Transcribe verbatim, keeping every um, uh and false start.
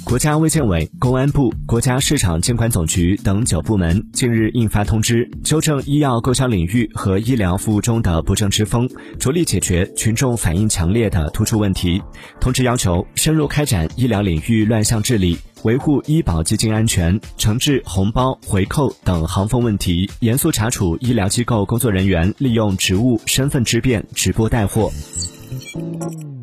国家卫健委、公安部、国家市场监管总局等九部门近日印发通知，纠正医药购销领域和医疗服务中的不正之风，着力解决群众反映强烈的突出问题。通知要求深入开展医疗领域乱象治理，维护医保基金安全，惩治红包、回扣等行风问题，严肃查处医疗机构工作人员利用职务身份之便直播带货。